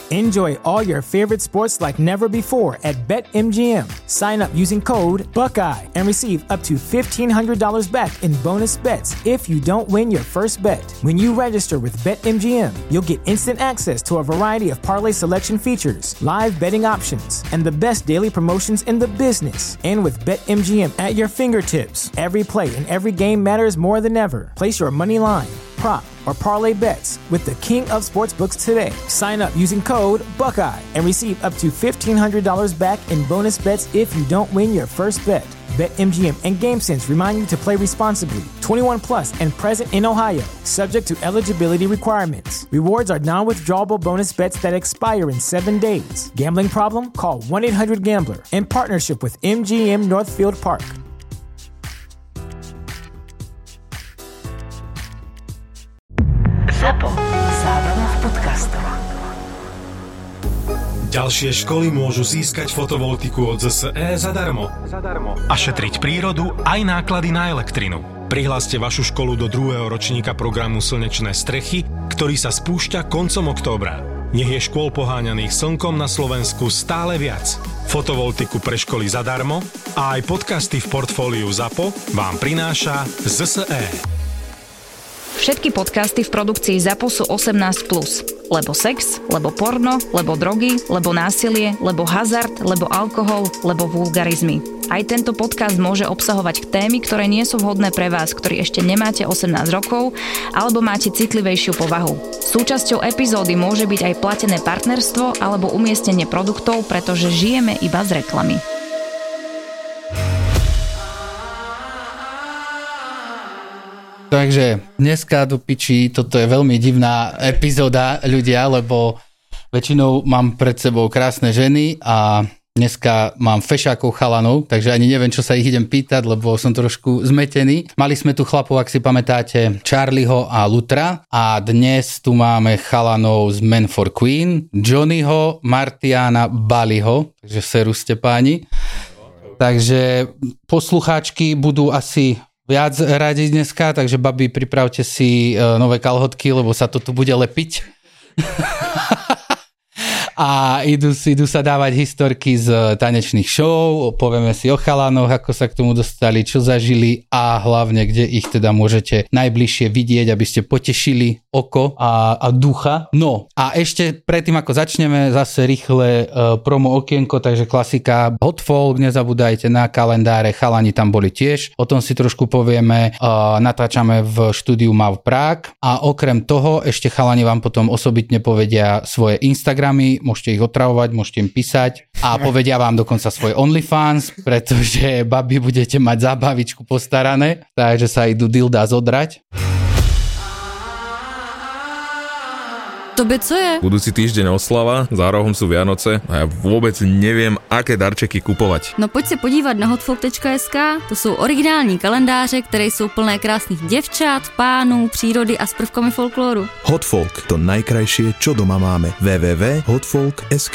Enjoy all your favorite sports like never before at BetMGM. Sign up using code Buckeye and receive up to $1,500 back in bonus bets if you don't win your first bet. When you register with BetMGM, you'll get instant access to a variety of parlay selection features, live betting options, and the best daily promotions in the business. And with BetMGM at your fingertips, every play and every game matters more than ever. Place your money line, prop, or parlay bets with the king of sportsbooks today. Sign up using code Buckeye and receive up to $1,500 back in bonus bets if you don't win your first bet. BetMGM and GameSense remind you to play responsibly. 21 plus and present in Ohio, subject to eligibility requirements. Rewards are non-withdrawable bonus bets that expire in 7 days. Gambling problem? Call 1-800-GAMBLER. In partnership with MGM Northfield Park. ZAPO. Zábrná v podcastov. Ďalšie školy môžu získať fotovoltiku od ZSE zadarmo. A šetriť prírodu aj náklady na elektrinu. Prihláste vašu školu do 2. ročníka programu Slnečné strechy, ktorý sa spúšťa koncom októbra. Nech je škôl poháňaných slnkom na Slovensku stále viac. Fotovoltiku pre školy zadarmo a aj podcasty v portfóliu ZAPO vám prináša ZSE. Všetky podcasty v produkcii ZAPO sú 18+. Lebo sex, lebo porno, lebo drogy, lebo násilie, lebo hazard, lebo alkohol, lebo vulgarizmy. Aj tento podcast môže obsahovať témy, ktoré nie sú vhodné pre vás, ktorí ešte nemáte 18 rokov, alebo máte citlivejšiu povahu. Súčasťou epizódy môže byť aj platené partnerstvo alebo umiestnenie produktov, pretože žijeme iba z reklamy. Takže dneska do piči, toto je veľmi divná epizóda, ľudia, lebo väčšinou mám pred sebou krásne ženy a dneska mám fešákov chalanov, takže ani neviem, čo sa ich idem pýtať, lebo som trošku zmetený. Mali sme tu chlapov, ak si pamätáte, Charlieho a Lutra a dnes tu máme chalanov z Men for Queen, Johnnyho, Martiana, Baliho, takže seruste páni. Takže poslucháčky budú asi viac radi dneska, takže babi, pripravte si nové kalhotky, lebo sa to tu bude lepiť. A idú sa dávať historky z tanečných show, povieme si o chalanoch, ako sa k tomu dostali, čo zažili a hlavne, kde ich teda môžete najbližšie vidieť, aby ste potešili oko a ducha. No a ešte predtým, ako začneme, zase rýchle promo okienko, takže klasika Hot Folk, nezabúdajte na kalendáre, chalani tam boli tiež, o tom si trošku povieme, natáčame v štúdiu MAV Prague a okrem toho ešte chalani vám potom osobitne povedia svoje Instagramy, môžete ich otravovať, môžete im písať a povedia vám dokonca svoj OnlyFans, pretože babi budete mať zábavičku postarané, takže sa idú dilda zodrať. Tobě co je? Budúci týždeň oslava, za rohom sú Vianoce a ja vôbec neviem, aké darčeky kupovať. No pojď se podívat na hotfolk.sk, to jsou originální kalendáře, které jsou plné krásných děvčat, pánů, přírody a s prvkami folklóru. Hotfolk, to najkrajšie, čo doma máme. www.hotfolk.sk.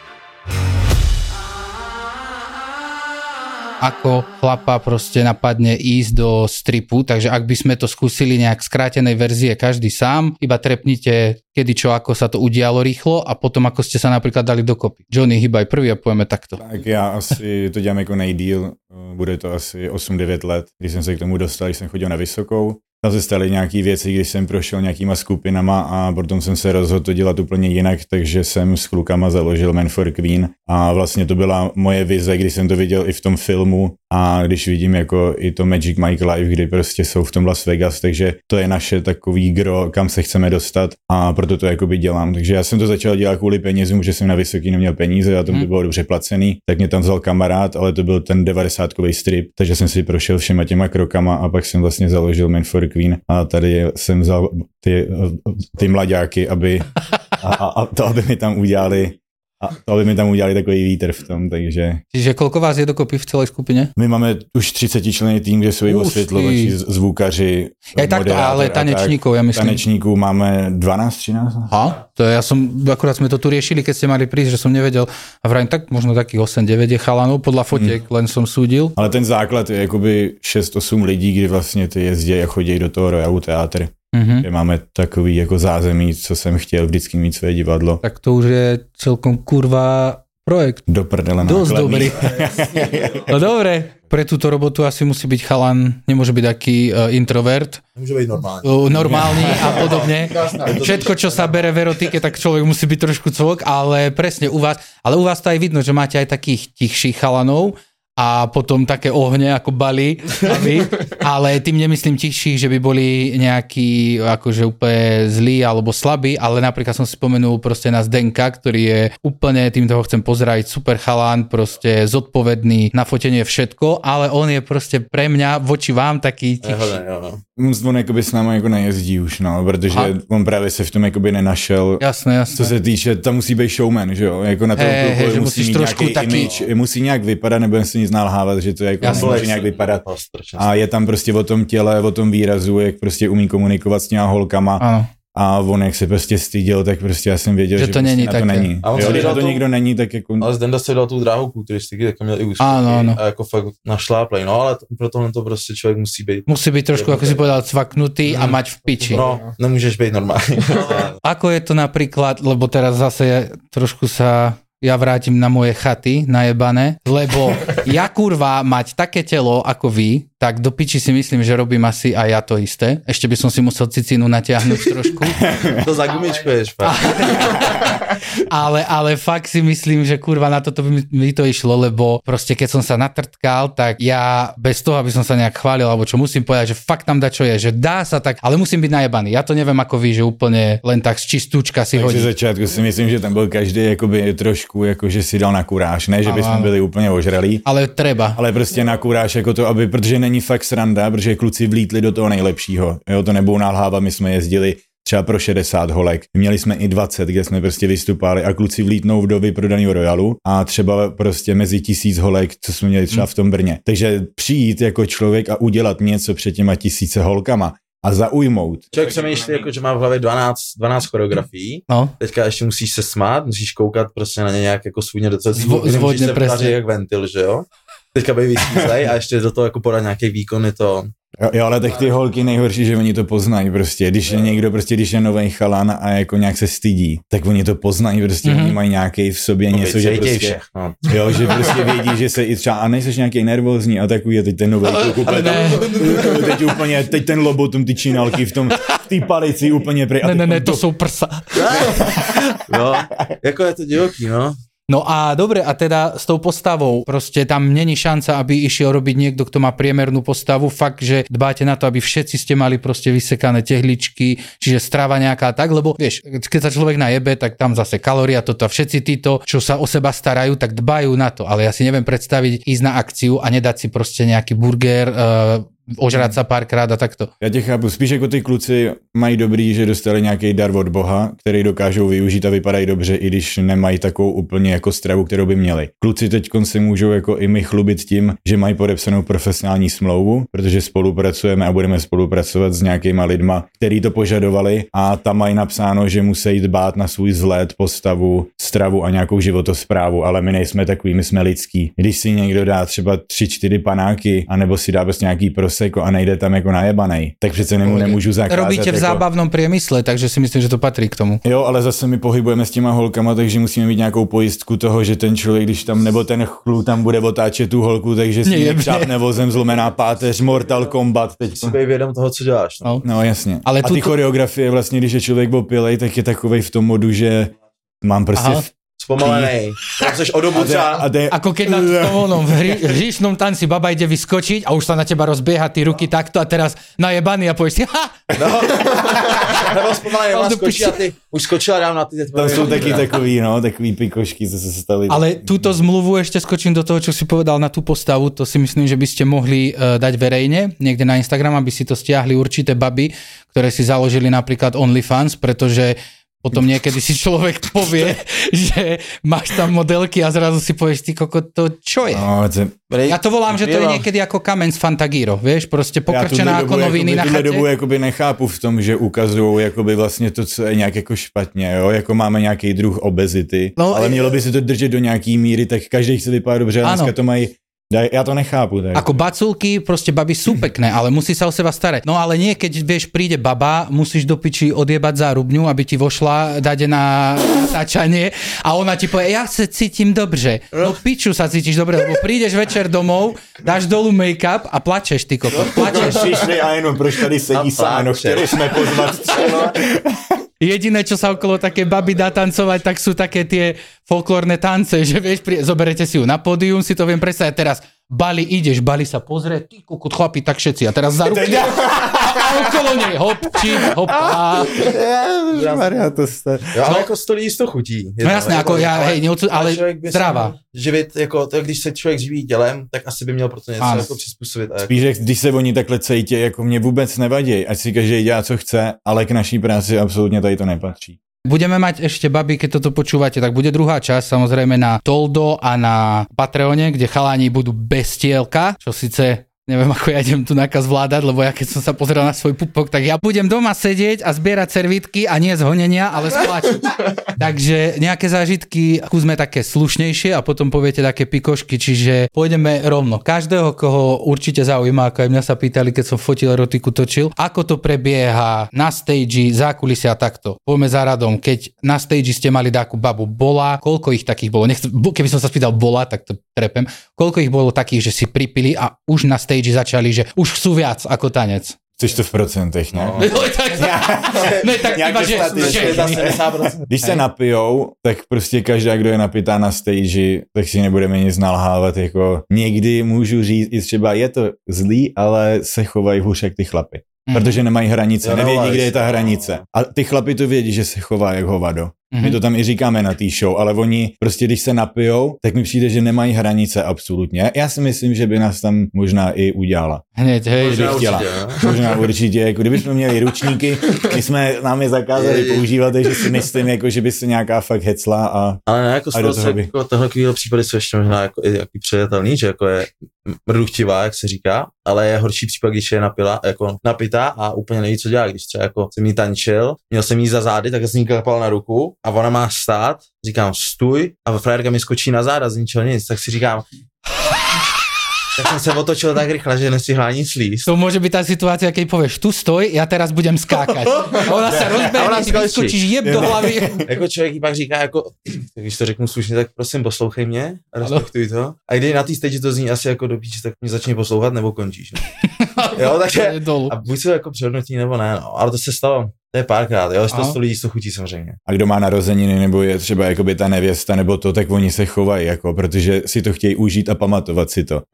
Ako chlapa proste napadne ísť do stripu, takže ak by sme to skúsili nejak skrátenej verzie každý sám, iba trepnite kedy čo, ako sa to udialo rýchlo a potom ako ste sa napríklad dali dokopy. Johnny, hýbaj prvý a pojeme takto. Tak já asi to dělám jako nejdýl, bude to asi 8-9 let, když jsem se k tomu dostal, když jsem chodil na vysokou. Tam se staly nějaký věci, když jsem prošel nějakýma skupinama a potom jsem se rozhodl to dělat úplně jinak, takže jsem s klukama založil Men for Queen a vlastně to byla moje vize, když jsem to viděl i v tom filmu a když vidím jako i to Magic Mike Live, kdy prostě jsou v tom Las Vegas, takže to je naše takový gro, kam se chceme dostat a proto to jakoby dělám. Takže já jsem to začal dělat kvůli penězům, že jsem na vysoký neměl peníze a to bylo dobře placený, tak mě tam vzal kamarád, ale to byl ten 90kový strip, takže jsem si prošel všema těma krokama a pak jsem vlastně založil Men for Queen a tady jsem vzal ty mlaďáky, aby mi tam udělali takový vítr v tom, takže... Čiže koľko vás je dokopy v celej skupine? My máme už 30 členný tým, kde jsou i osvětlovači, zvukaři, ale tanečníkov, ja myslím. Tanečníků máme 12-13. Aha, to akurát sme to tu riešili, keď ste mali prísť, že som nevedel a vrajím tak, možno takých 8-9 je chalanov, podľa fotiek, len som súdil. Ale ten základ je jakoby 6-8 lidí, kdy vlastně ty jezdí a chodí do toho Royalu teátr. Že máme takový jako zázemí, co jsem chtěl vždycky mít své divadlo. Tak to už je celkom kurva projekt. Do prdele dosť nákladný. dobrý. No dobre, pre túto robotu asi musí byť chalan, nemôže byť taký introvert. Môže byť normálny. Normálny a podobne. Všetko, čo sa bere v erotike, tak človek musí byť trošku cvok, ale presne u vás to aj vidno, že máte aj takých tichších chalanov, a potom také ohne ako Bali, ale tým nemyslím tichších, že by boli nejakí akože úplne zlí alebo slabí, ale napríklad som si spomenul proste na Zdenka, ktorý je úplne, týmto ho chcem pozdraviť, super chalán, proste zodpovedný, na fotenie všetko, ale on je proste pre mňa voči vám taký tichší. On jakoby s náma jako nejezdí už, no, protože on právě se v tom jakoby nenašel. Jasné. Co se týče, tam musí být showman, že jo, jako na tom klubu musí mít nějaký image, musí nějak vypadat, nebo si nic nalhávat, že to jako může nějak vypadat. A je tam prostě o tom těle, o tom výrazu, jak prostě umí komunikovat s těma holkama. Ano. A on, jak se prostě styděl, tak prostě já jsem věděl, že to není na to není. A jo, když na to nikdo není, tak jako... Ale Zdenda se dal tu dráhu kulturistiky, tak měl i úspěchy. Ano. A jako fakt našláplej, no ale pro tohle to prostě člověk musí být. Musí být trošku, ako si povedal, cvaknutý a mať v piči. No, nemůžeš být normální. Ako je to napríklad, lebo teraz zase trošku sa ja vrátim na moje chaty najebané, lebo ja kurva mať také telo ako vy, tak do piči si myslím, že robím asi aj ja to isté. Ešte by som si musel cicínu natiahnuť trošku. To zagumičkuješ, fakt. ale fakt si myslím, že kurva na toto by mi to išlo, lebo proste keď som sa natrtkal, tak ja bez toho, aby som sa nejak chválil, alebo čo musím povedať, že fakt tam čo je, že dá sa tak, ale musím byť najebaný. Ja to neviem ako vy, že úplne len tak z čistúčka si hodí. Takže začátku si myslím, že tam byl každý jakoby trošku, jakože si dal na kuráž, ne, že bychom byli úplně ožralí. Ale treba. Ale prostě na kuráž jako to, aby, protože není fakt sranda, protože kluci vlítli do toho nejlepšího. Jo, to nebudou nalhávat, my jsme jezdili třeba pro 60 holek. Měli jsme i 20, kde jsme prostě vystupali a kluci vlítnou do vyprodaného Royalu a třeba prostě mezi 1000 holek, co jsme měli třeba v tom Brně. Takže přijít jako člověk a udělat něco před těma 1000 holkama a zaujmout. Člověk přemýšlí, jako, že má v hlavě 12 choreografií, teďka ještě musíš se smát, musíš koukat prostě na ně nějak jako svůj docela zvodně presně jak ventil, že jo? Teďka být vyskýzlej a ještě do toho jako podat nějaký výkon, je to... Jo, ale tak ty holky nejhorší, že oni to poznají prostě, když je někdo prostě, když je nový chalan a jako nějak se stydí, tak oni to poznají prostě, oni mají nějaký v sobě něco, že prostě, jo, že prostě vědí, že se i třeba, a nejseš nějaký nervózní a takový je teď ten nový kluk úplně, teď úplně, teď ten lobotom, ty čínalky v té palici úplně prej. Ne, to jsou prsa. No, jako je to divoký, no. No a dobre, a teda s tou postavou, proste tam není šanca, aby išiel robiť niekto, kto má priemernú postavu, fakt, že dbáte na to, aby všetci ste mali proste vysekané tehličky, čiže strava nejaká tak, lebo vieš, keď sa človek najebe, tak tam zase kalória, toto, všetci títo, čo sa o seba starajú, tak dbajú na to, ale ja si neviem predstaviť ísť na akciu a nedať si proste nejaký burger, ožrát sa párkrát a takto. Já tě chápu, spíš jako ty kluci mají dobrý, že dostali nějaký dar od Boha, který dokážou využít a vypadají dobře, i když nemají takovou úplně jako stravu, kterou by měli. Kluci teďkon si můžou jako i my chlubit tím, že mají podepsanou profesionální smlouvu, protože spolupracujeme a budeme spolupracovat s nějakýma lidma, který to požadovali a tam mají napsáno, že musí dbát na svůj vzhled, postavu, stravu a nějakou životosprávu, ale my nejsme takový, my jsme lidský. Když si někdo dá třeba 3-4 panáky, anebo si dá prostě nějaký prosecco a nejde tam jako najebanej, tak přece nemůžu zakázat. Robíte v zábavnom priemysle, takže si myslím, že to patří k tomu. Jo, ale zase my pohybujeme s těma holkama, takže musíme mít nějakou pojistku toho, že ten člověk, když tam, nebo ten chlů tam bude otáčet tu holku, takže si nepřápne vozem, zlomená páteř, Mortal Kombat. Teď si být vědom toho, co děláš. No jasně. Ale a ty choreografie vlastně, když je člověk opilej, tak je takovej v tom modu, že mám prostě spomalenej. Tam seš o dobu třeba... Ako keď na tom hříšnom tanci baba ide vyskočiť a už sa na teba rozbieha ty ruky takto a teraz najebaný a povieš si ha! No. Nebo spomalenej, ona skočí a ty už skočila dám na ty... Tam sú taky takový, no, takový pikošky, co sa stali. Ale túto zmluvu ešte skočím do toho, čo si povedal na tú postavu, to si myslím, že by ste mohli dať verejne, niekde na Instagram, aby si to stiahli určité baby, ktoré si založili napríklad OnlyFans, pretože potom niekedy si človek povie, že máš tam modelky a zrazu si povieš, ty koko, to čo je? No, ja to volám, že to je niekedy ako kameň z Fantagiro, vieš, proste pokrčená ako noviny na chatě. Já dobu jakoby nechápu v tom, že ukazujou jakoby vlastně to, co je nějak jako špatně, jo, jako máme nějaký druh obezity, no, ale mělo by se to držet do nějaký míry, tak každý chce vypadat dobře a dneska to mají Ja to nechápu. Tak. Ako baculky, proste baby sú pekné, ale musí sa o seba starať. No ale nie, keď vieš, príde baba, musíš do piči odjebať zárubňu, aby ti vošla, dáte na natáčanie a ona ti povie, ja sa cítim dobře. No piču sa cítiš dobre, lebo prídeš večer domov, dáš dolu make-up a plačeš, ty kokot. Plačeš. Přišli a jenom, proč tady sedí sáno, chtěli jsme pozvat třeba. Jediné, čo sa okolo také baby dá tancovať, tak sú také tie folklórne tance, že vieš, zoberete si ju na pódium, si to viem predstaviť teraz. Bali ideš, Bali sa pozrie, ty kukut, chlapi, tak všetci. A teraz za ruky a okolo nej, hop, čím, hop. Maria, to jste. Jo, ale jako 100 lidí to chutí. No jasné, jako já, hej, ale zdravá. Živit, jako to, když se člověk živí tělem, tak asi by měl proto něco jako přizpůsobit. Spíš, když se oni takhle cítí, jako mě vůbec nevadí, ať si každý dělá, co chce, ale k naší práci absolutně tady to nepatří. Budeme mať ešte, babi, keď toto počúvate, tak bude druhá časť, samozrejme na Toldo a na Patreone, kde chalani budú bez tielka, čo síce neviem, ako ja idem tu nakaz zvládať, lebo ja keď som sa pozeral na svoj pupok, tak ja budem doma sedieť a zbierať servítky a nie z honenia, ale z pláču. Takže nejaké zážitky skúsme také slušnejšie a potom poviete také pikošky, čiže pôjdeme rovno. Každého, koho určite zaujíma, ako aj mňa sa pýtali, keď som fotil erotiku, točil, ako to prebieha na stage, zákulisia takto. Poďme za radom, keď na stage ste mali takú babu, bola, koľko ich takých bolo? Keby som sa spýtal bola, tak to trepem. Koľko ich bolo takých, že si pripili a už na stage začali, že už chcú viac ako tanec? Chceš to v procentech, ne? No, tak iba, že... Když se napijou, tak prostě každá, kdo je napitá na stage, tak si nebudeme nic nalhávat, jako někdy můžu říct i třeba je to zlý, ale se chovají hůř jak ty chlapy. Protože nemají hranice, nevědí, kde je ta hranice. A ty chlapi to vědí, že se chová jak hovado. My to tam i říkáme na té show, ale oni prostě, když se napijou, tak mi přijde, že nemají hranice absolutně. Já si myslím, že by nás tam možná i udělala. Hned, hej, možná určitě, jako kdybychom měli ručníky, my jsme nám je zakázali používat, takže si myslím, jako, že by se nějaká fakt hecla a ale ne, jako jako tohle případy jsou ještě možná jako přijatelný, že jako je mrduchtivá, jak se říká, ale je horší případ, když je napitá a úplně neví, co dělá, když třeba jako jsem jí tančil, měl jsem jí za zády, tak jsem jí klapal na ruku a ona má stát, říkám stůj a frajerka mi skočí na záda z ničeho nic, tak si říkám tak jsem se otočil tak rychle, že nestihla nic líst. To môže byť tá situácia, keď povieš tu stoj, ja teraz budem skákať. A ona sa rozbehne, ty vyskočíš jeb do hlavy. Jako člověk pak říká, jako, když to řeknu slušně, tak prosím poslouchej mě a respektuj to. A když na té stage to zní asi jako do píči, tak mě začni poslouchat nebo končíš. No. Jo, takže a buď se jako přehodnotí nebo ne, no. Ale to se stalo. To je párkrát, jo, 100 lidí to chutí samozřejmě. A kdo má narozeniny, nebo je třeba jakoby ta nevěsta, nebo to, tak oni se chovají, jako, protože si to chtějí užít a pamatovat si to.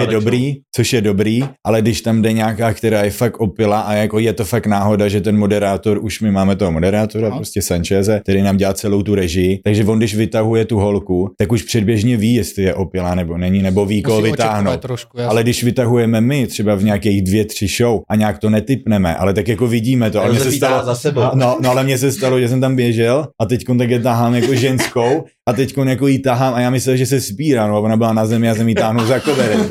Což je dobrý, ale když tam jde nějaká, která je fakt opila a jako je to fakt náhoda, že ten moderátor, už my máme toho moderátora, prostě Sancheze, který nám dělá celou tu režii, takže on, když vytahuje tu holku, tak už předběžně ví, jestli je opila nebo není, nebo ví, koho vytáhnout. Ale když vytahujeme my, třeba v nějakých 2-3 show a nějak to netipneme, ale tak jako vidíme to, ale se stalo No, ale mně se stalo, že jsem tam běžel a teďkon tak je tahám jako ženskou a teďkon jako jí tahám a já myslel, že se spírá, no a ona byla na zemi a jsem jí táhnul za koverem.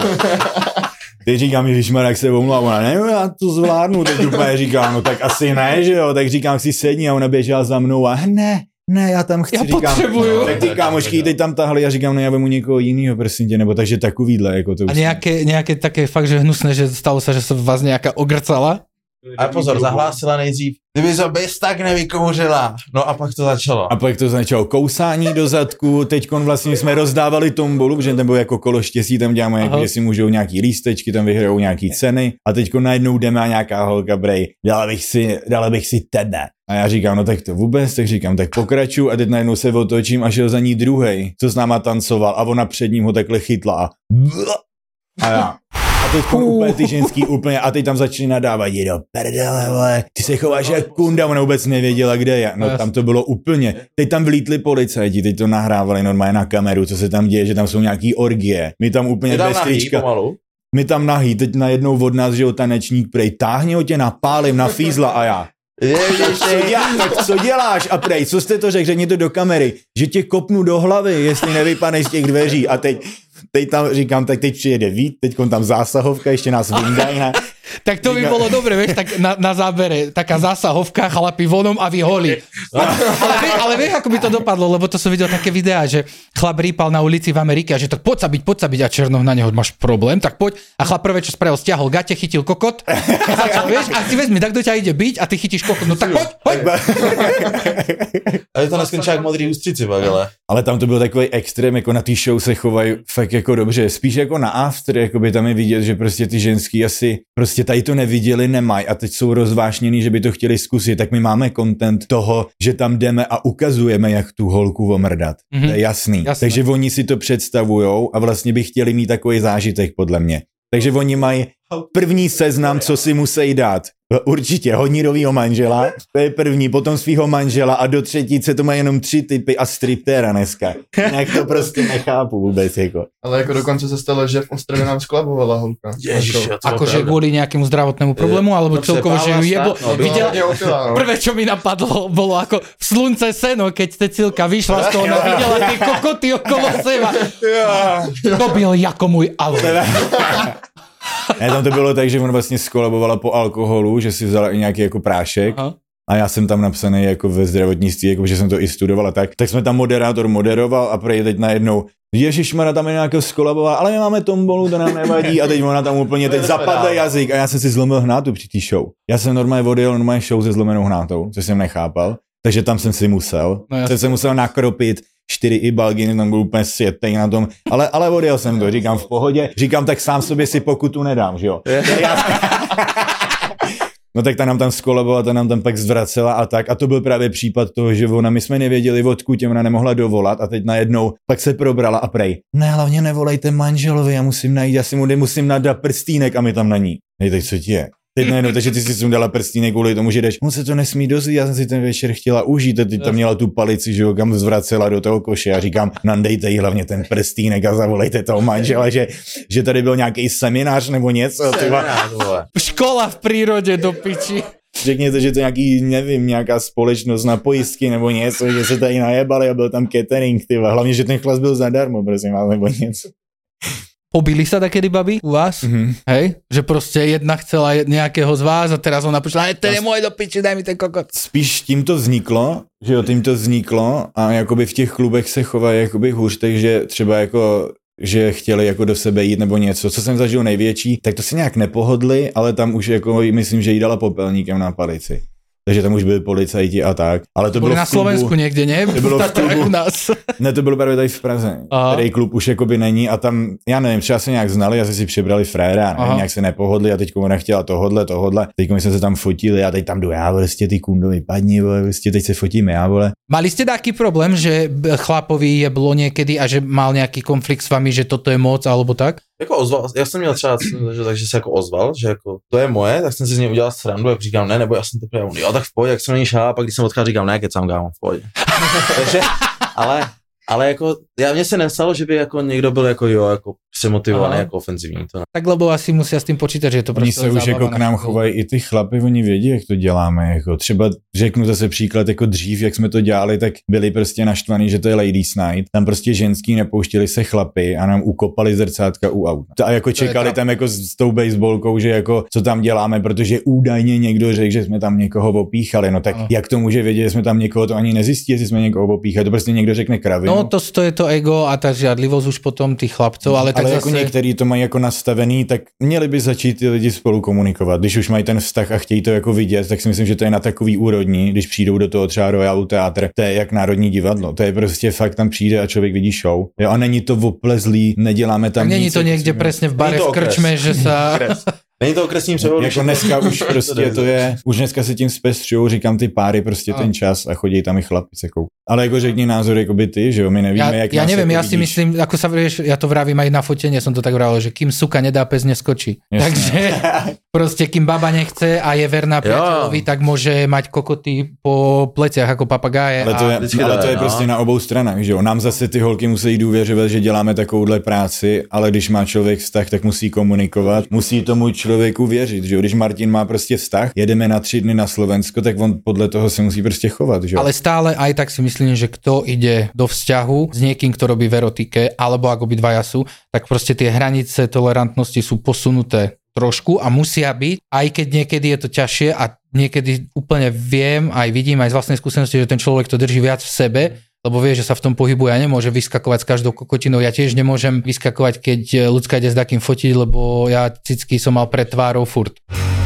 Teď říkám, ježišmarja, jak se omluvá, ona, ne, já to zvládnu, teď úplně říkám, no tak asi ne, že jo, tak říkám, si sedni a ona běžela za mnou a ne, já tam chci, říkám, tak ty kámošky teď tam tahli a říkám, no já vemu někoho jinýho, prosím tě, nebo takže takovýhle, jako to. A nějaké také fakt, že hnusné, že stalo se, že se vás nějaká ogrcala? A pozor, zahlásila nejdřív, kdyby to bys tak nevykouřila. No a pak to začalo. A pak to začalo kousání do zadku, teďkon vlastně jsme rozdávali tombolu, protože tam bylo jako kolo štěstí, tam děláme, jako, že si můžou nějaký lístečky, tam vyhrajou nějaký ceny a teďkon najednou jdeme a nějaká holka, brej, dala bych si tebe. A já říkám, no tak to vůbec, tak říkám, tak pokračuju a teď najednou se otočím a šel za ní druhej, co s náma tancoval a ona před ním ho takhle chytla a já. A teď úplně ty ženský úplně, a teď tam začali nadávat, jdi do prdele, vole, ty se chováš jak kunda, ona vůbec nevěděla, kde je. No tam to bylo úplně, teď tam vlítli policajti, teď to nahrávali normálně na kameru, co se tam děje, že tam jsou nějaký orgie. My tam úplně bez trička. My tam nahý, teď najednou od nás, že jo, tanečník prej, táhni ho tě napálím na fízla a já. Tak co děláš? A prej, co jste to řekni to do kamery, že tě kopnu do hlavy, jestli nevypadneš z těch dveří. A teď tam říkám, tak teď přijede Vít, teď tam zásahovka, ještě nás vyndají, Tak to by bolo dobre, vieš, tak na zábere, taká zásahovka, chlapi vonom a vy holi. Ale vieš, ako by to dopadlo, lebo to som videl také videá, že chlap rýpal na ulici v Amerike a že tak poď sa byť a Černoch na neho, máš problém, tak poď. A chlap prvé, čo spravil, stiahol gate, chytil kokot a začal, vieš, a si vezmi, tak kto ťa ide byť a ty chytíš kokot, no tak poď. A je to neskončí jak modrý ústřici, ale tam to byl takový extrém, jako na té show se chovají fakt jako dobře, spíš jako na after, jako by tam je vidět, že prostě ty ženský asi prostě tady to neviděli, nemají a teď jsou rozvášněný, že by to chtěli zkusit, tak my máme content toho, že tam jdeme a ukazujeme, jak tu holku omrdat. Mm-hmm. To je jasný. Takže oni si to představujou a vlastně by chtěli mít takový zážitek podle mě. Takže oni mají první seznam, co si musí dát. Určitě hodinovýho manžela, to je první, potom svýho manžela a do třetíce to mají jenom 3 typy a striptéra dneska. Jak to prostě nechápu vůbec, jako. Ale jako dokonce se stalo, že v Ostravě nám sklabovala holka. Akože kvôli nejakému zdravotnému problému, alebo celkovo, že ju jebo... Prvé, čo mi napadlo, bolo ako v slunce seno, keď Cecilka vyšla z toho, ona videla tie kokoty okolo seba. To byl jako môj album. Ne, tam to bylo tak, že on vlastně skolabovala po alkoholu, že si vzala i nějaký jako prášek. Aha. A já jsem tam napsaný jako ve zdravotnictví, jako že jsem to i studoval a tak jsme tam moderátor moderoval a prej teď najednou ježišmana tam je nějakého skolaboval, ale my máme tombolu, to nám nevadí a teď ona tam úplně teď zapadne jazyk a já jsem si zlomil hnátu při té show. Já jsem normálně odjel show se zlomenou hnátou, což jsem nechápal, takže tam jsem si musel. Jsem se musel nakropit 4 ibalginy, tam byl úplně světej na tom, ale odjel jsem to, říkám v pohodě, říkám tak sám sobě si pokutu nedám, že jo. No tak ta nám tam skolabovala, ta nám tam pak zvracela a tak a to byl právě případ toho, že my jsme nevěděli, odkud ona nemohla dovolat a teď najednou pak se probrala a prej, ne, hlavně nevolejte manželovi, já si mu musím nadat prstínek a my tam na ní. Nej, tak co ti je? Teď najednou, takže ty si sundala prstínek kvůli tomu, že jdeš, on se to nesmí dozvít, já jsem si ten večer chtěla užít a ty tam měla tu palici, že jo, kam zvracela do toho koše a říkám, nandejte jí hlavně ten prstínek a zavolejte toho manžela, že tady byl nějaký seminář nebo něco. Škola v přírodě do piči. Řekněte, že to nějaký, nevím, nějaká společnost na pojistky nebo něco, že se tady najebali a byl tam catering, tyva. Hlavně, že ten chlas byl zadarmo, prosím vás, nebo něco. Pobili sa takedy baby u vás? Mm-hmm. Hej? Že proste jedna chcela nejakého z vás a teraz ona počula, ten je môj do piči, daj mi ten kokot. Spíš tím to vzniklo, že jo, tím to vzniklo a jakoby v těch klubech se chovají jakoby hůř, takže třeba jako že chtěli jako do sebe jít nebo něco, co jsem zažil největší, tak to se nějak nepohodli, ale tam už jako myslím, že jí dala popelníkem na palici. Takže tam už byli policajti a tak. Ale to bylo na Slovensku někde, ne? To bylo v klubu, u nás. Ne, to bylo právě tady v Praze. Tady klub už jakoby není a tam, já nevím, třeba se nějak znali a se si přibrali fréra, nevím, nějak se nepohodli a teďko ona chtěla tohodle. Teďko my jsme se tam fotili a teď tam jdu já, prostě ty kundovi padni, prostě teď se fotíme já, vole. Mali ste taký problém, že chlapovi jeblo niekedy a že mal nejaký konflikt s vami, že toto je moc alebo tak? Jako ozval, já jsem měl třeba, takže se jako ozval, že jako to je moje, tak jsem si z něj udělal srandu, jak říkám ne, nebo já jsem teprve on, jo tak v pohodě, jak jsem na ní šel, a pak když jsem odcházel, říkám ne, kecám kámo, v pohodě. Takže, ale jako, mně se nestalo, že by jako někdo byl jako jo, jako přemotivovaný, jako ofenzivní. To ne. Tak lebo asi musí s tím počítat, že je to prostě zábava. Oni se už jako k nám chovají i ty chlapy, oni vědí, jak to děláme. Jako třeba řeknu zase příklad, jako dřív, jak jsme to dělali, tak byli prostě naštvaní, že to je Ladies Night. Tam prostě ženský nepouštěli se chlapy a nám ukopali zrcátka u auta. A jako čekali tam jako s tou baseballkou, že jako co tam děláme, protože údajně někdo řekl, že jsme tam někoho opíchali. No tak jak to může vědět, že jsme tam někoho, to ani nezjistí, jestli jsme někoho opíchali. To prostě někdo řekne kravinu. No to je to ego a ta žiadlivosť už potom tých chlapcov, ale tak ale zase... jako některý to mají jako nastavený, tak měli by začít ty lidi spolu komunikovat. Když už mají ten vztah a chtějí to jako vidět, tak si myslím, že to je na takový úrovni, když přijdou do toho třeba Royal Teatr, to je jak Národní divadlo. To je prostě fakt, tam přijde a člověk vidí show. Jo, a není to oplezlý, neděláme tam není nic. Není to někde přesně v bare v krčme, že sa... Není to okresním převodu. Jako dneska už prostě to je, už dneska se tím zpestřujou, říkám ty páry prostě ten čas a chodí tam i chlapice ale jako řekni názor jakoby ty, že jo, my nevíme, jak ja nás neviem, jako ja si vidíš. myslím, ako sa vieš, ja to vravím aj na fotenie, som to tak vravil, že kým suka nedá, pes neskočí. Jasne. Takže proste kým baba nechce a je verná priateľovi, tak môže mať kokoty po pleciach ako papagáje. Ale to je prostě na obou stranách, že jo. Nám zase ty holky musí důvěřovat, že děláme takovouhle práci, ale když má člověk vztah, tak musí komunikovat, musí tomu člověku věřit, že jo. Když Martin má prostě vztah, jedeme na 3 dny na Slovensko, tak on podle toho se musí prostě chovat, že jo. Ale stále aj tak si myslím, že kto ide do vzťahu s niekým, kto robí v erotike, alebo ak obidvaja sú, tak proste tie hranice tolerantnosti sú posunuté trošku a musia byť, aj keď niekedy je to ťažšie a niekedy úplne viem, aj vidím aj z vlastnej skúsenosti, že ten človek to drží viac v sebe, lebo vie, že sa v tom pohybuje a nemôže vyskakovať s každou kokotinou. Ja tiež nemôžem vyskakovať, keď ľudská ide s takým fotiť, lebo ja cicky som mal pred tvárou furt.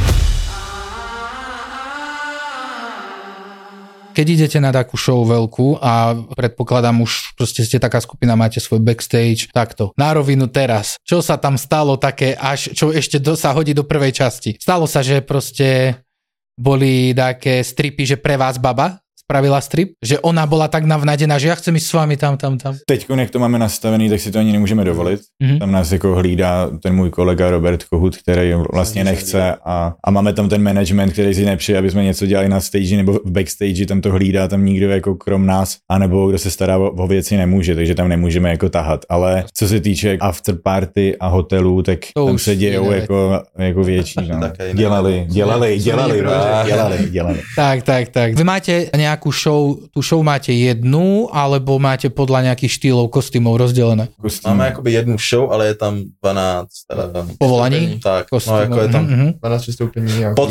Keď idete na takú show veľkú a predpokladám už proste ste taká skupina, máte svoj backstage, takto. Na rovinu teraz, čo sa tam stalo také, až čo ešte sa hodí do prvej časti? Stalo sa, že proste boli také stripy, že pre vás baba spravila strip, že ona bola tak navnadená, že ja chcem ísť s vami tam. Teď, jak to máme nastavený, tak si to ani nemůžeme dovolit. Tam nás jako hlídá ten můj kolega Robert Kohut, který vlastně nechce a máme tam ten management, který si nepřeje, aby jsme něco dělali na stage nebo v backstage, tam to hlídá, tam nikdo jako krom nás, anebo kdo se stará o věci nemůže, takže tam nemůžeme jako tahat. Ale co se týče after party a hotelů, tak to tam se dějou jako větší. No. Dělali. Tak. Vy máte nejakú show, tú show máte jednu, alebo máte podľa nejakých štýlov kostýmov rozdelené? Máme jakoby jednu show, ale je tam 12 povolaní? Tak, kostýmov. no jako je tam 12 vystoupení.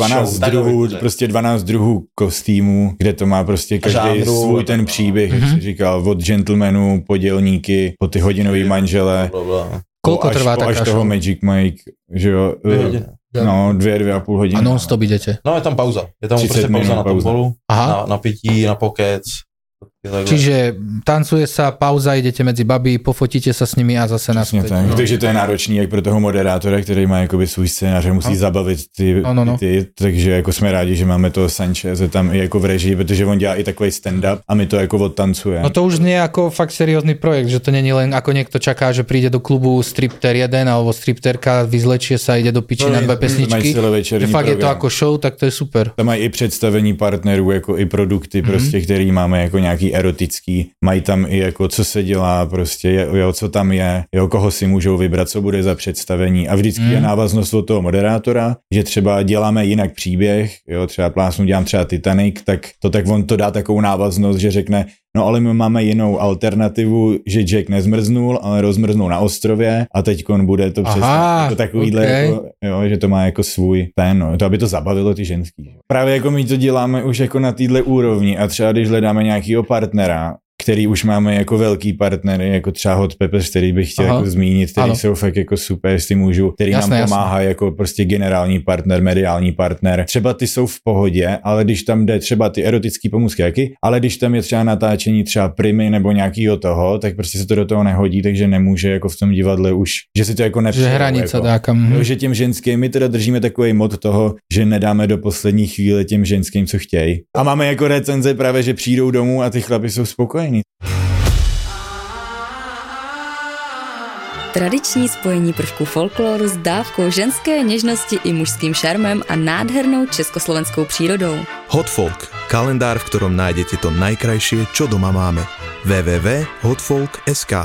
12 druhů kostýmů, kde to má prostě každý svůj ten příběh, jak jsi říkal, od gentlemanů, podělníky, po ty hodinový manžele. Koľko trvá taká až show? toho Magic Mike, že jo? 2,5 hodiny. A non-stop idete? No je tam pauza. Je tam prostě pauza na tom bolu, na pití, na pokec. Čiže tancuje sa, pauza, idete medzi baby, pofotíte sa s nimi a zase naspäť. Takže to je náročný jak pro toho moderátora, který má jakoby svůj scénář, musí zabavit ty, takže jako jsme rádi, že máme toho Sancheze tam i jako v režii, protože on dělá i takový stand-up a my to jako odtancujeme. No to už nie ako fakt seriózny projekt, že to není len ako niekto čaká, že príde do klubu stripter 1 alebo stripterka, vyzlečie sa, ide do piči na dve pesničky. Že fakt je to ako show, tak to je super. Tam mají i představení partnerů, jako i produkty prostě, který máme jako nějaký erotický, mají tam i jako co se dělá prostě, jo, co tam je, jo, koho si můžou vybrat, co bude za představení a vždycky je návaznost od toho moderátora, že třeba děláme jinak příběh, jo, třeba plásnu dělám třeba Titanic, tak on to dá takovou návaznost, že řekne, no ale my máme jinou alternativu, že Jack nezmrznul, ale rozmrznul na ostrově a teďkon bude to přesně jako takovýhle, jako, jo, že to má jako svůj ten, no, to aby to zabavilo ty ženský. Právě jako my to děláme už jako na téhle úrovni a třeba když hledáme nějakýho partnera, který už máme jako velký partnery, jako třeba Hot Peppers, který bych chtěl jako zmínit, který jsou fakt jako super, jestli můžu, který nám pomáhá jako prostě generální partner, mediální partner. Třeba ty jsou v pohodě, ale když tam jde třeba ty erotické pomůcky, jaký, ale když tam je třeba natáčení třeba primy nebo nějakýho toho, tak prostě se to do toho nehodí, takže nemůže jako v tom divadle už, že si to jako nepřeje. Že hranice jako, že těm ženským, my teda držíme takový mod toho, že nedáme do poslední chvíle těm ženským, co chtějí. A máme jako recenze právě, že přijdou domů a ty chlapi jsou spokojení. Tradiční spojení prvků folkloru s dávkou ženské něžnosti i mužským šarmem a nádhernou československou přírodou. Hot Folk, kalendár, v ktorom nájdete to najkrajšie, čo doma máme. www.hotfolk.sk.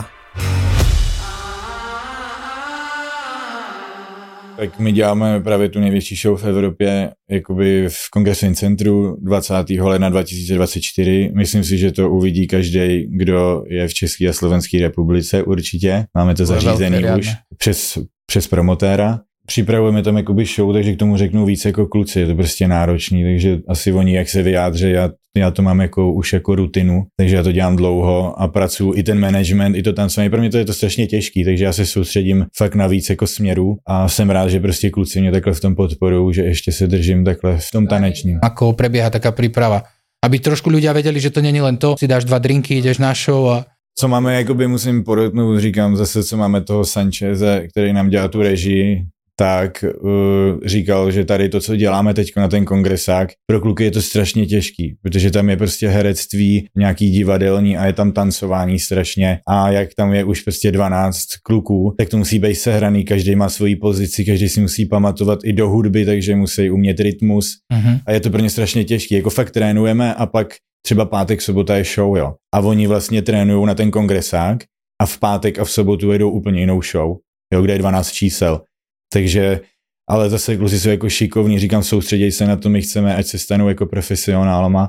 Tak my děláme právě tu největší show v Evropě jakoby v Kongresovém centru 20. ledna 2024. Myslím si, že to uvidí každý, kdo je v České a Slovenské republice určitě. Máme to zařízený už přes promotéra. Připravujeme tam jakoby show, takže k tomu řeknu víc jako kluci, je to prostě náročný, takže asi oni jak se vyjádří, já to mám jako už jako rutinu, takže já to dělám dlouho a pracuji i ten management, i to tancování, pro mě to je to strašně těžký, takže já se soustředím fakt na víc jako směrů a jsem rád, že prostě kluci mě takhle v tom podporují, že ještě se držím takhle v tom tanečním. Ako prebieha taká príprava? Aby trošku ľudia vedeli, že to není len to, si dáš 2 drinky, ideš na show a... Co máme, jakoby musím podotknout, říkám zase, co máme toho Sancheze, který nám dělá tu režii, tak říkal, že tady to, co děláme teď na ten kongresák, pro kluky je to strašně těžký, protože tam je prostě herectví, nějaký divadelní a je tam tancování strašně a jak tam je už prostě 12 kluků, tak to musí být sehraný, každý má svoji pozici, každý si musí pamatovat i do hudby, takže musí umět rytmus a je to pro ně strašně těžký, jako fakt trénujeme a pak třeba pátek, sobota je show, jo. A oni vlastně trénujou na ten kongresák a v pátek a v sobotu jedou úplně jinou show, jo, kde je 12 čísel. Takže, ale zase kluci jsou jako šikovní, říkám, soustředěj se na to, my chceme, ať se stanou jako profesionálama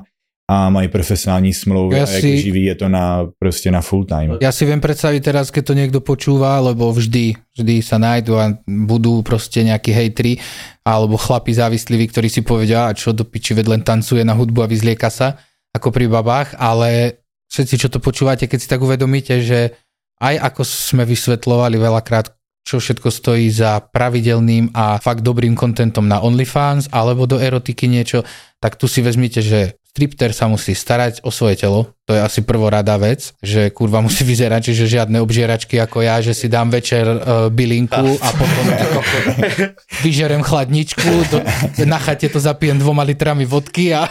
a mají profesionální smlouvy a jako živí je to prostě na full time. Ja si viem predstaviť teraz, keď to niekto počúva, lebo vždy sa nájdu a budú proste nejakí hejtri alebo chlapi závisliví, ktorí si povedia, a čo do piči len tancuje na hudbu a vyzlieka sa, ako pri babách, ale všetci, čo to počúvate, keď si tak uvedomíte, že aj ako sme vysvetľovali veľakrát, čo všetko stojí za pravidelným a fakt dobrým kontentom na OnlyFans alebo do erotiky niečo, tak tu si vezmite, že stripter sa musí starať o svoje telo, to je asi prvoradá vec, že kurva musí vyzerať, čiže žiadne obžieračky ako ja, že si dám večer bylinku a potom vyžerem chladničku, na chate to zapijem 2 litrami vodky a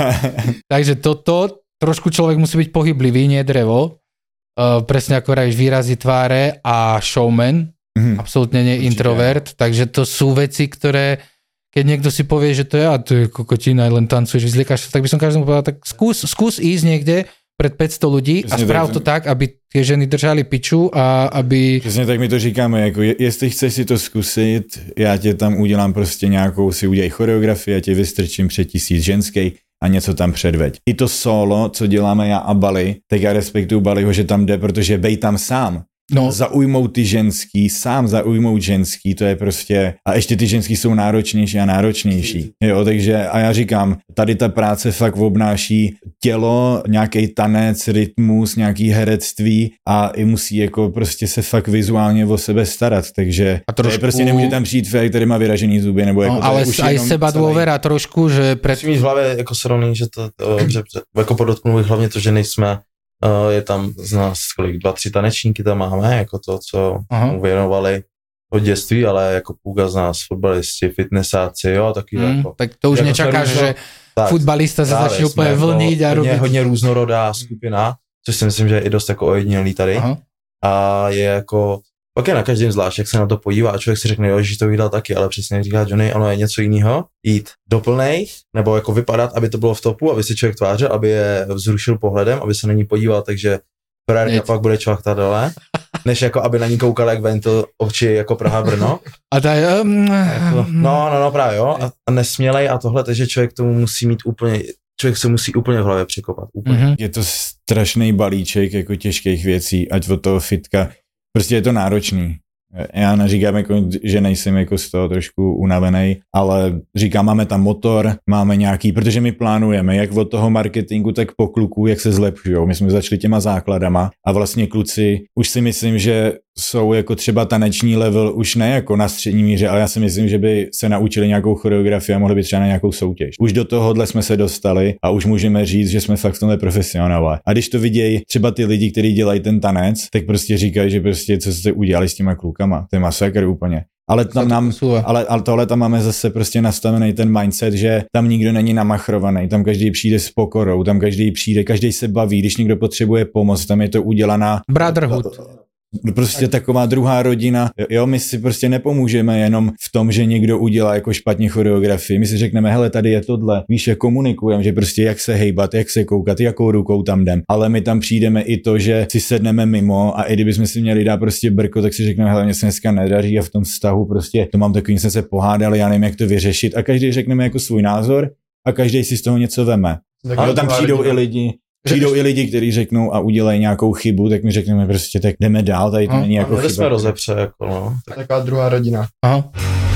takže toto trošku človek musí byť pohyblivý, nie drevo, presne ako rajíš výrazy tváre a showman, absolútne nie introvert, takže to sú veci, ktoré keď niekto si povie, že to je kokotina, len tancuješ, vyzliekaš sa, tak by som každému povedal, tak skús ísť niekde pred 500 ľudí a správ to tak, aby tie ženy držali piču a aby... Přesně tak my to říkáme, jako jestli chceš si to zkusit, já tě tam udělám prostě nějakou, si udělej choreografii, já tě vystrčím před 1000 ženskej a něco tam předveď. I to solo, co děláme já a Bali, tak já respektuju Baliho, že tam jde, protože bej tam sám. No. Zaujmout ty ženský, sám zaujmout ženský, to je prostě, a ještě ty ženský jsou náročnější a náročnější. Jo, takže a já říkám, tady ta práce fakt obnáší tělo, nějaký tanec, rytmus, nějaký herectví a i musí jako prostě se fakt vizuálně o sebe starat, takže a trošku... prostě nemůže tam přijít fakt, který má vyražený zuby, nebo jako... No, ale aj seba dôvera trošku, že... Musí mít v hlavě jako srovný, že to jako podotknu bych hlavně to, že nejsme je tam z nás kolik, 2-3 tanečníky tam máme, jako to, co mu věnovali od dětství, ale jako půlka z nás fotbalisti, fitnessáci, jo, taky jako. Tak to už nečakáš, že futbalista se začne úplně vlnit a robit. Hodně různorodá skupina, což si myslím, že je i dost jako ojedinělý tady. Aha. A je jako, pak je na každém zvlášť, jak se na to podívá a člověk si řekne, jo, že to viděl taky, ale přesně jak říká Johnny, ono je něco jiného, jít do plnej, nebo jako vypadat, aby to bylo v topu, aby si člověk tvářil, aby je vzrušil pohledem, aby se na ní podíval, takže Ferrari pak bude čvachtat dole, než jako aby na ní koukal jak ventil oči jako Praha Brno. A to je... Jako, no právě jo, a nesmělej a tohle, takže člověk tomu musí mít úplně, člověk se musí úplně v hlavě překopat. Úplně. Je to strašný balíček jako těžkých věcí, ať od toho fitka. Prostě je to náročný. Já neříkám, jako, že nejsem jako z toho trošku unavený, ale říkám, máme tam motor, máme nějaký, protože my plánujeme, jak od toho marketingu, tak po kluku, jak se zlepšujou. My jsme začali těma základama a vlastně kluci, už si myslím, že jsou jako třeba taneční level už ne jako na střední míře, ale já si myslím, že by se naučili nějakou choreografii a mohli by třeba na nějakou soutěž. Už do tohohle jsme se dostali a už můžeme říct, že jsme fakt v tomhle profesionálové. A když to vidějí třeba ty lidi, kteří dělají ten tanec, tak prostě říkají, že prostě co jste udělali s těma klukama. To je masakr úplně. Ale tam ale tohle tam máme zase prostě nastavený ten mindset, že tam nikdo není namachrovaný, tam každý přijde s pokorou, tam každý přijde, každý se baví, když někdo potřebuje pomoc, tam je to udělaná brotherhood. Prostě taková druhá rodina. Jo, my si prostě nepomůžeme jenom v tom, že někdo udělá jako špatně choreografii. My si řekneme, hele, tady je tohle. Víš, jak komunikujeme, že prostě jak se hejbat, jak se koukat, jakou rukou tam jdem. Ale my tam přijdeme i to, že si sedneme mimo a i kdybychom si měli dát prostě brko, tak si řekneme, hele, mě se dneska nedaří a v tom vztahu prostě to mám takový, jsme se pohádali, já nevím, jak to vyřešit a každý řekneme jako svůj názor a každý si z toho něco veme. Jo, tam přijdou i lidi, kteří řeknou a udělají nějakou chybu, tak my řekneme prostě, tak jdeme dál, tady to není jako chyba. Jsme rozepře, jako no. Taková druhá rodina. Aha.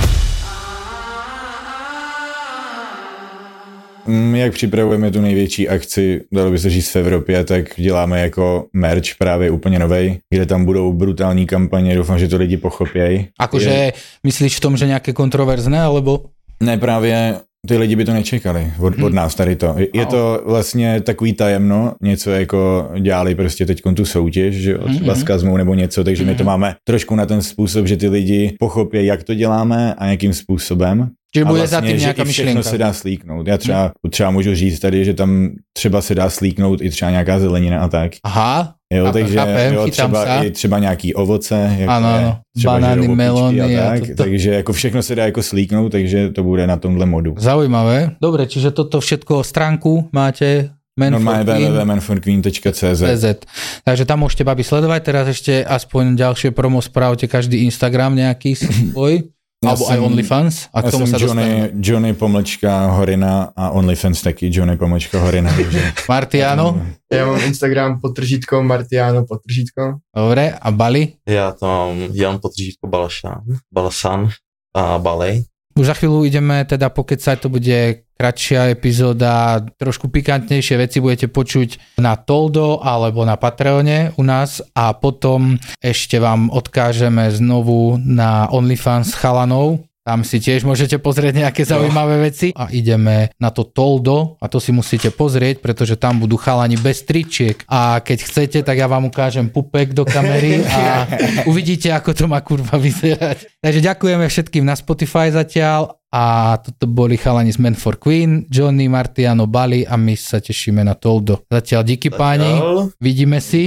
Jak připravujeme tu největší akci, dalo by se říct v Evropě, tak děláme jako merch právě úplně novej, kde tam budou brutální kampaně, doufám, že to lidi pochopějí. Akože myslíš v tom, že nějaké kontroverzné, alebo? Ne, právě ty lidi by to nečekali od nás tady to. Je to vlastně takový tajemno, něco jako dělali prostě teď tu soutěž, že třeba s Kazmou nebo něco, takže my to máme trošku na ten způsob, že ty lidi pochopí, jak to děláme a jakým způsobem. Že bude za tím nějaká myšlenka. Všechno se dá slíknout. Já třeba můžu říct tady, že tam třeba se dá slíknout i třeba nějaká zelenina a tak. Aha. Jo, takže třeba nějaký ovoce, jako ano, banány, melony a tak, takže jako všechno se dá jako slíknout, takže to bude na tomhle modu. Zaujímavé. Dobre, čiže toto všetko stránku máte www.manforqueen.cz. Takže tam môžete babi sledovať, teraz ešte aspoň ďalšie promo spravte, každý Instagram nejaký svoj. Alebo aj OnlyFans? A k tomu sa Johnny pomlčka Horina a OnlyFans taky Johnny pomlčka Horina. Martiano? Ja mám Instagram _, Martiano _. Dobre, a Bali? Ja to mám Jan Balasan a Balej. Už za chvíľu ideme teda pokecať, to bude kratšia epizóda, trošku pikantnejšie veci budete počuť na Toldo alebo na Patreone u nás a potom ešte vám odkážeme znovu na OnlyFans chalanov. Tam si tiež môžete pozrieť nejaké zaujímavé veci a ideme na to Toldo a to si musíte pozrieť, pretože tam budú chalani bez tričiek a keď chcete, tak ja vám ukážem pupek do kamery a uvidíte, ako to má kurva vyzerať. Takže ďakujeme všetkým na Spotify zatiaľ a toto boli chalani z Men for Queen, Johnny, Martiano, Bali a my sa tešíme na Toldo. Zatiaľ díky páni, vidíme si.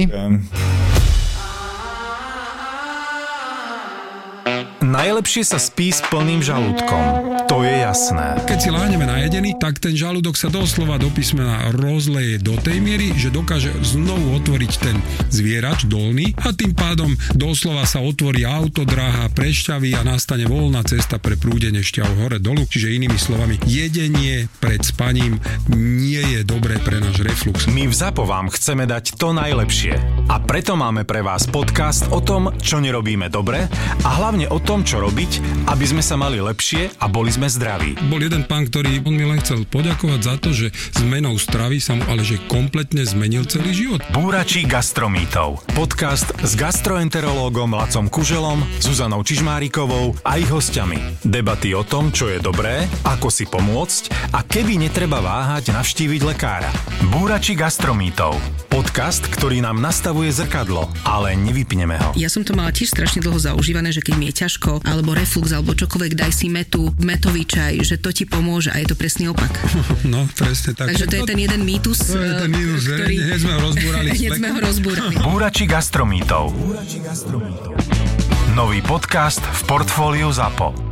Najlepšie sa spí s plným žalúdkom. To je jasné. Keď si láhneme najedený, tak ten žalúdok sa doslova do písmena rozleje do tej miery, že dokáže znovu otvoriť ten zvierač dolný a tým pádom doslova sa otvorí autodráha, prešťaví a nastane voľná cesta pre prúdenie šťav hore dolu. Čiže inými slovami, jedenie pred spaním nie je dobré pre náš reflux. My v ZAPO vám chceme dať to najlepšie. A preto máme pre vás podcast o tom, čo nerobíme dobre a hlavne o tom, čo robiť, aby sme sa mali lepšie a boli sme zdraví. Bol jeden pán, ktorý on mi len chcel poďakovať za to, že zmenou stravy sa mu ale že kompletne zmenil celý život. Búrači gastromýtov. Podcast s gastroenterológom Lacom Kuželom, Zuzanou Čižmárikovou a ich hostiami. Debaty o tom, čo je dobré, ako si pomôcť a kedy netreba váhať navštíviť lekára. Búrači gastromýtov. Podcast, ktorý nám nastavuje zrkadlo, ale nevypneme ho. Ja som to mala tiež strašne dlho zaužívané, že keď mi je ťažko, alebo reflux, alebo čokoľvek, daj si metový čaj, že to ti pomôže a je to presný opak. No, presne tak. Takže to je ten jeden mýtus, to je ten mýtus, ktorý... Hneď sme ho rozbúrali. Búrači gastromýtov. Nový podcast v portfóliu ZAPO.